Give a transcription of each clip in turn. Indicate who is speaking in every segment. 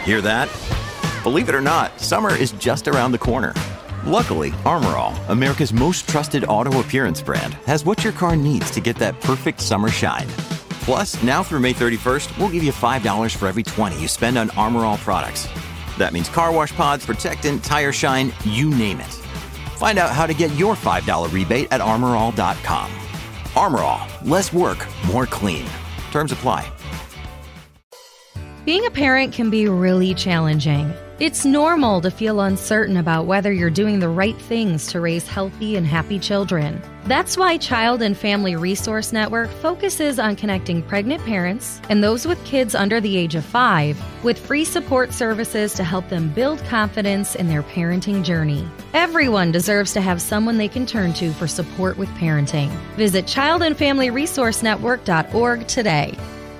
Speaker 1: Hear that? Believe it or not, summer is just around the corner. Luckily, Armor All, America's most trusted auto appearance brand, has what your car needs to get that perfect summer shine. Plus, now through May 31st, we'll give you $5 for every $20 you spend on Armor All products. That means car wash pods, protectant, tire shine, you name it. Find out how to get your $5 rebate at armorall.com. Armor All, less work, more clean. Terms apply.
Speaker 2: Being a parent can be really challenging. It's normal to feel uncertain about whether you're doing the right things to raise healthy and happy children. That's why Child and Family Resource Network focuses on connecting pregnant parents and those with kids under the age of 5 with free support services to help them build confidence in their parenting journey. Everyone deserves to have someone they can turn to for support with parenting. Visit childandfamilyresourcenetwork.org today.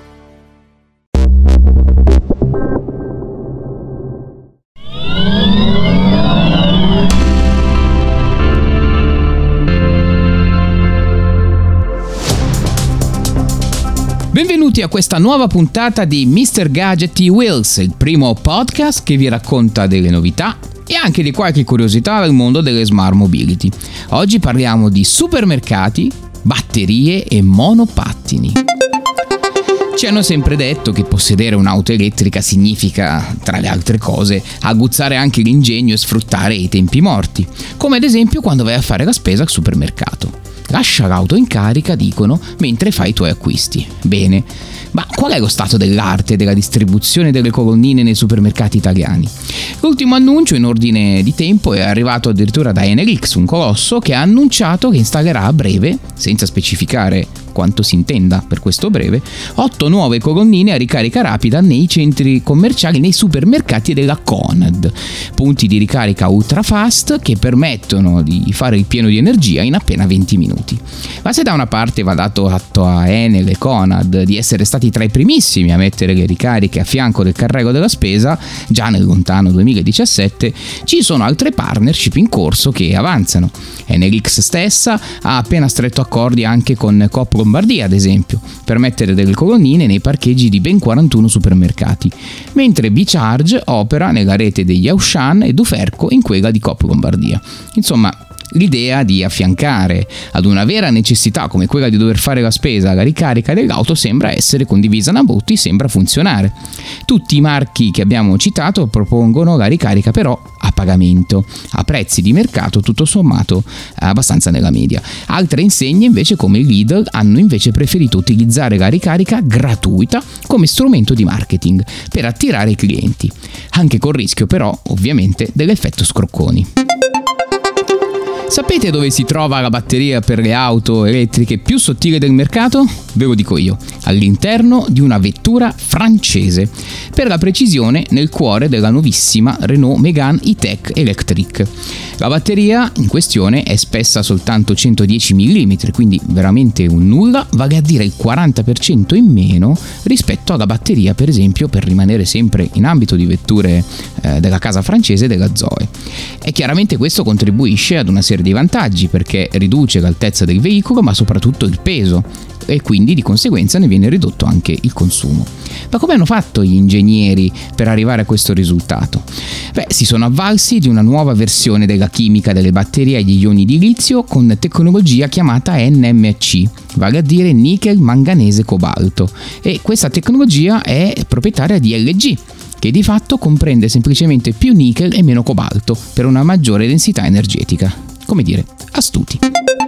Speaker 3: Benvenuti a questa nuova puntata di Mr. Gadget Wheels, il primo podcast che vi racconta delle novità e anche di qualche curiosità del mondo delle smart mobility. Oggi parliamo di supermercati, batterie e monopattini. Ci hanno sempre detto che possedere un'auto elettrica significa, tra le altre cose, aguzzare anche l'ingegno e sfruttare i tempi morti, come ad esempio quando vai a fare la spesa al supermercato. Lascia l'auto in carica, dicono, mentre fai i tuoi acquisti. Bene, ma qual è lo stato dell'arte della distribuzione delle colonnine nei supermercati italiani? L'ultimo annuncio in ordine di tempo è arrivato addirittura da Enel X, un colosso che ha annunciato che installerà a breve, senza specificare quanto si intenda per questo breve, 8 nuove colonnine a ricarica rapida nei centri commerciali, nei supermercati della Conad. Punti di ricarica ultra fast che permettono di fare il pieno di energia in appena 20 minuti. Ma se da una parte va dato atto a Enel e Conad di essere stati tra i primissimi a mettere le ricariche a fianco del carrello della spesa, già nel lontano 2017, ci sono altre partnership in corso che avanzano. Enel X stessa ha appena stretto accordi anche con Coop Lombardia, ad esempio, per mettere delle colonnine nei parcheggi di ben 41 supermercati, mentre B-Charge opera nella rete degli Auchan e Duferco in quella di Coop Lombardia. Insomma, l'idea di affiancare ad una vera necessità come quella di dover fare la spesa la ricarica dell'auto sembra essere condivisa da molti, sembra funzionare. Tutti i marchi che abbiamo citato propongono la ricarica però a pagamento, a prezzi di mercato tutto sommato abbastanza nella media. Altre insegne invece come Lidl hanno invece preferito utilizzare la ricarica gratuita come strumento di marketing per attirare i clienti, anche col rischio però ovviamente dell'effetto scrocconi. Sapete dove si trova la batteria per le auto elettriche più sottile del mercato? Ve lo dico io, all'interno di una vettura francese. Per la precisione, nel cuore della nuovissima Renault Megane E-Tech Electric. La batteria in questione è spessa soltanto 110 mm, quindi veramente un nulla, vale a dire il 40% in meno rispetto alla batteria, per esempio, per rimanere sempre in ambito di vetture della casa francese della Zoe. E chiaramente questo contribuisce ad una serie di vantaggi perché riduce l'altezza del veicolo ma soprattutto il peso e quindi di conseguenza ne viene ridotto anche il consumo. Ma come hanno fatto gli ingegneri per arrivare a questo risultato? Si sono avvalsi di una nuova versione della chimica delle batterie agli ioni di litio con tecnologia chiamata NMC, vale a dire nickel manganese cobalto, e questa tecnologia è proprietaria di LG, che di fatto comprende semplicemente più nickel e meno cobalto per una maggiore densità energetica. Come dire, astuti.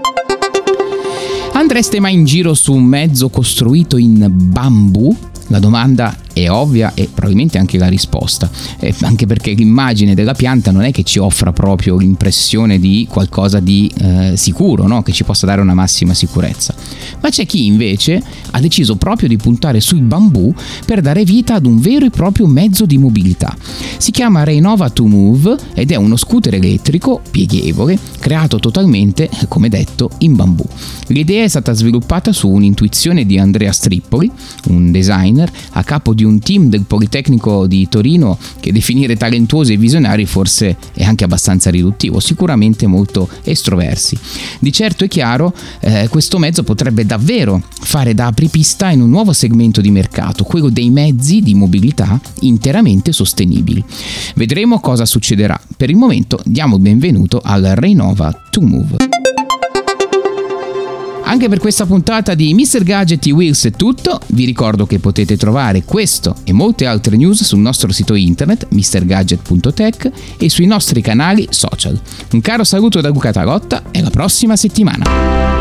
Speaker 3: Andreste mai in giro su un mezzo costruito in bambù? La domanda è ovvia e probabilmente anche la risposta, anche perché l'immagine della pianta non è che ci offra proprio l'impressione di qualcosa di sicuro, no? Che ci possa dare una massima sicurezza. Ma c'è chi invece ha deciso proprio di puntare sul bambù per dare vita ad un vero e proprio mezzo di mobilità. Si chiama Rainova 2 Move ed è uno scooter elettrico pieghevole creato totalmente, come detto, in bambù. L'idea è stata sviluppata su un'intuizione di Andrea Strippoli, un designer designer a capo di un team del Politecnico di Torino che definire talentuosi e visionari forse è anche abbastanza riduttivo, sicuramente molto estroversi. Di certo è chiaro, questo mezzo potrebbe davvero fare da apripista in un nuovo segmento di mercato, quello dei mezzi di mobilità interamente sostenibili. Vedremo cosa succederà. Per il momento diamo il benvenuto al Raynova 2Move. Anche per questa puntata di Mr. Gadget e Wheels è tutto. Vi ricordo che potete trovare questo e molte altre news sul nostro sito internet mrgadget.tech e sui nostri canali social. Un caro saluto da Luca Tarotta e alla prossima settimana.